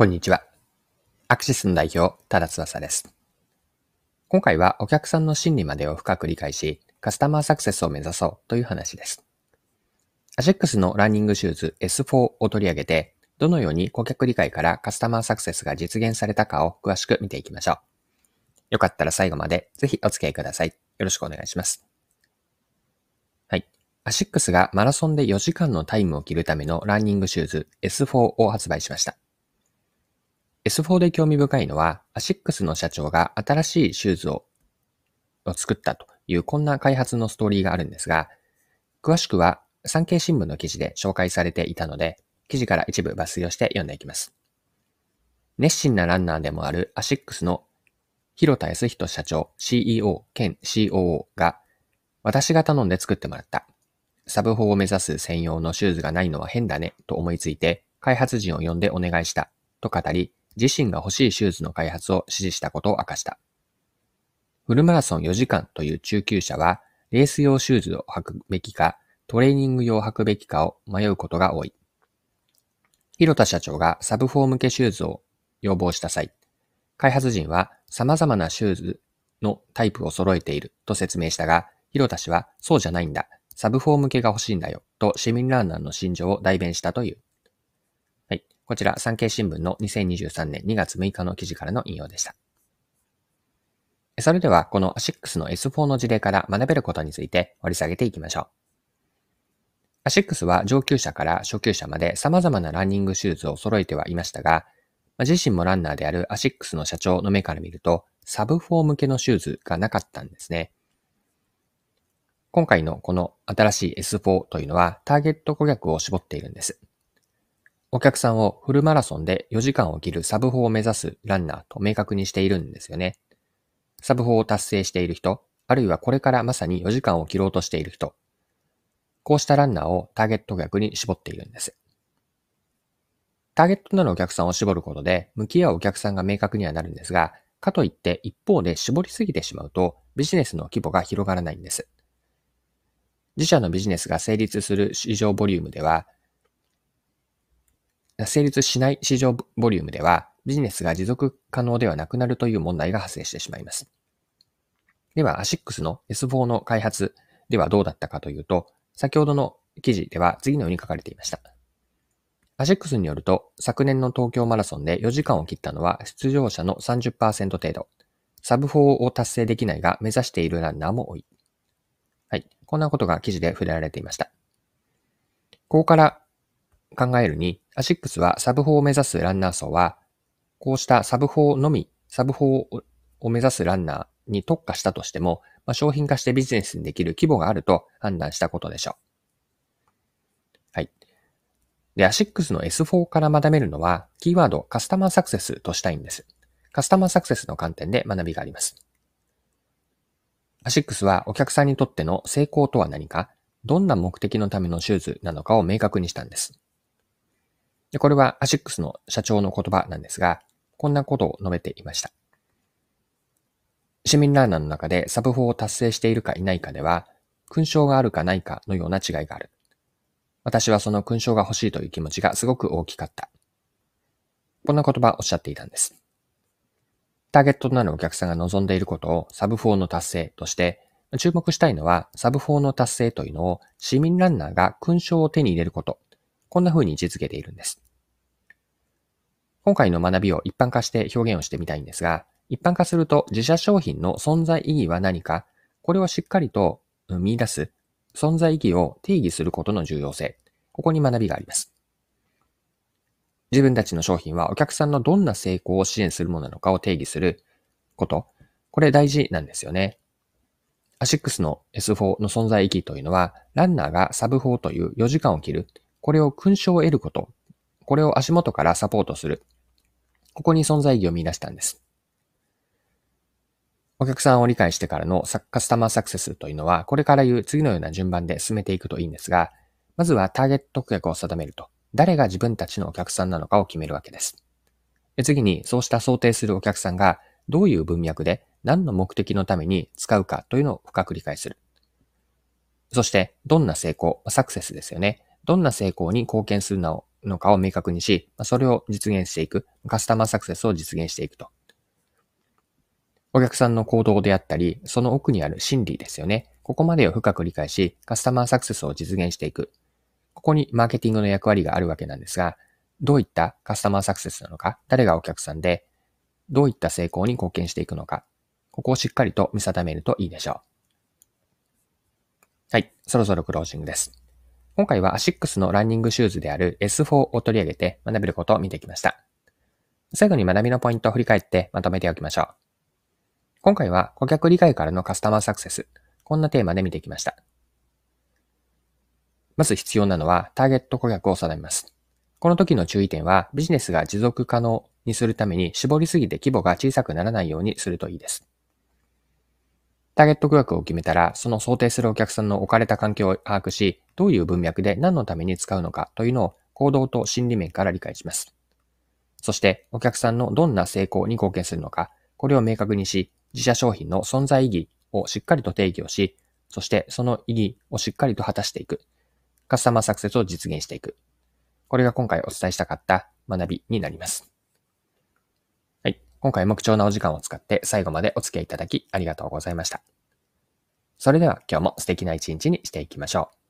こんにちは。アクシスの代表、多田翼です。今回はお客さんの心理までを深く理解し、カスタマーサクセスを目指そうという話です。アシックスのランニングシューズ S4 を取り上げて、どのように顧客理解からカスタマーサクセスが実現されたかを詳しく見ていきましょう。よかったら最後までぜひお付き合いください。よろしくお願いします。はい。アシックスがマラソンで4時間のタイムを切るためのランニングシューズ S4 を発売しました。S4 で興味深いのは、アシックスの社長が新しいシューズを作ったというこんな開発のストーリーがあるんですが、詳しくは産経新聞の記事で紹介されていたので、記事から一部抜粋をして読んでいきます。熱心なランナーでもあるアシックスの広田康人社長 CEO 兼 COO が、私が頼んで作ってもらった。サブ4を目指す専用のシューズがないのは変だねと思いついて、開発陣を呼んでお願いしたと語り、自身が欲しいシューズの開発を指示したことを明かした。フルマラソン4時間という中級者は、レース用シューズを履くべきか、トレーニング用を履くべきかを迷うことが多い。広田社長がサブ4向けシューズを要望した際、開発陣は様々なシューズのタイプを揃えていると説明したが、広田氏はそうじゃないんだ。サブ4向けが欲しいんだよ。と市民ランナーの心情を代弁したという。はい。こちら、産経新聞の2023年2月6日の記事からの引用でした。それでは、この ASICS の S4 の事例から学べることについて掘り下げていきましょう。ASICS は上級者から初級者まで様々なランニングシューズを揃えてはいましたが、自身もランナーである ASICS の社長の目から見ると、サブ4向けのシューズがなかったんですね。今回のこの新しい S4 というのはターゲット顧客を絞っているんです。お客さんをフルマラソンで4時間を切るサブ4を目指すランナーと明確にしているんですよね。サブ4を達成している人、あるいはこれからまさに4時間を切ろうとしている人、こうしたランナーをターゲット客に絞っているんです。ターゲットとなるお客さんを絞ることで、向き合うお客さんが明確にはなるんですが、かといって一方で絞りすぎてしまうと、ビジネスの規模が広がらないんです。自社のビジネスが成立する市場ボリュームでは、成立しない市場ボリュームでは、ビジネスが持続可能ではなくなるという問題が発生してしまいます。では、ASICS の S4 の開発ではどうだったかというと、先ほどの記事では次のように書かれていました。ASICS によると、昨年の東京マラソンで4時間を切ったのは出場者の 30% 程度。サブ4を達成できないが目指しているランナーも多い。はい。こんなことが記事で触れられていました。ここから考えるに、ASICS はサブ4を目指すランナー層は、こうしたサブ4のみ、サブ4を目指すランナーに特化したとしても、商品化してビジネスにできる規模があると判断したことでしょう。はい。で、ASICS の S4 から学べるのは、キーワードカスタマーサクセスとしたいんです。カスタマーサクセスの観点で学びがあります。ASICS はお客さんにとっての成功とは何か、どんな目的のためのシューズなのかを明確にしたんです。で、これは ASICS の社長の言葉なんですが、こんなことを述べていました。市民ランナーの中でサブ4を達成しているかいないかでは、勲章があるかないかのような違いがある。私はその勲章が欲しいという気持ちがすごく大きかった。こんな言葉をおっしゃっていたんです。ターゲットとなるお客さんが望んでいることをサブ4の達成として、注目したいのはサブ4の達成というのを市民ランナーが勲章を手に入れること。こんな風に位置づけているんです。今回の学びを一般化して表現をしてみたいんですが、一般化すると自社商品の存在意義は何か、これをしっかりと見出す、存在意義を定義することの重要性、ここに学びがあります。自分たちの商品はお客さんのどんな成功を支援するものなのかを定義すること、これ大事なんですよね。ASICS の S4 の存在意義というのは、ランナーがサブ4という4時間を切る、これを勲章を得ること、これを足元からサポートする、ここに存在意義を見出したんです。お客さんを理解してからのカスタマーサクセスというのは、これから言う次のような順番で進めていくといいんですが、まずはターゲット顧客を定めると、誰が自分たちのお客さんなのかを決めるわけです。次に、そうした想定するお客さんが、どういう文脈で何の目的のために使うかというのを深く理解する。そして、どんな成功、サクセスですよね。どんな成功に貢献するののかを明確にし、それを実現していく、カスタマーサクセスを実現していくと。お客さんの行動であったり、その奥にある心理ですよね。ここまでを深く理解し、カスタマーサクセスを実現していく。ここにマーケティングの役割があるわけなんですが、どういったカスタマーサクセスなのか、誰がお客さんで、どういった成功に貢献していくのか、ここをしっかりと見定めるといいでしょう。はい、そろそろクロージングです。今回はアシックスのランニングシューズである S4 を取り上げて学べることを見てきました。最後に学びのポイントを振り返ってまとめておきましょう。今回は顧客理解からのカスタマーサクセス、こんなテーマで見てきました。まず必要なのはターゲット顧客を定めます。この時の注意点はビジネスが持続可能にするために絞りすぎて規模が小さくならないようにするといいです。ターゲット顧客を決めたら、その想定するお客さんの置かれた環境を把握し、どういう文脈で何のために使うのかというのを行動と心理面から理解します。そして、お客さんのどんな成功に貢献するのか、これを明確にし、自社商品の存在意義をしっかりと定義をし、そしてその意義をしっかりと果たしていく。カスタマーサクセスを実現していく。これが今回お伝えしたかった学びになります。はい。今回も貴重なお時間を使って最後までお付き合いいただきありがとうございました。それでは今日も素敵な一日にしていきましょう。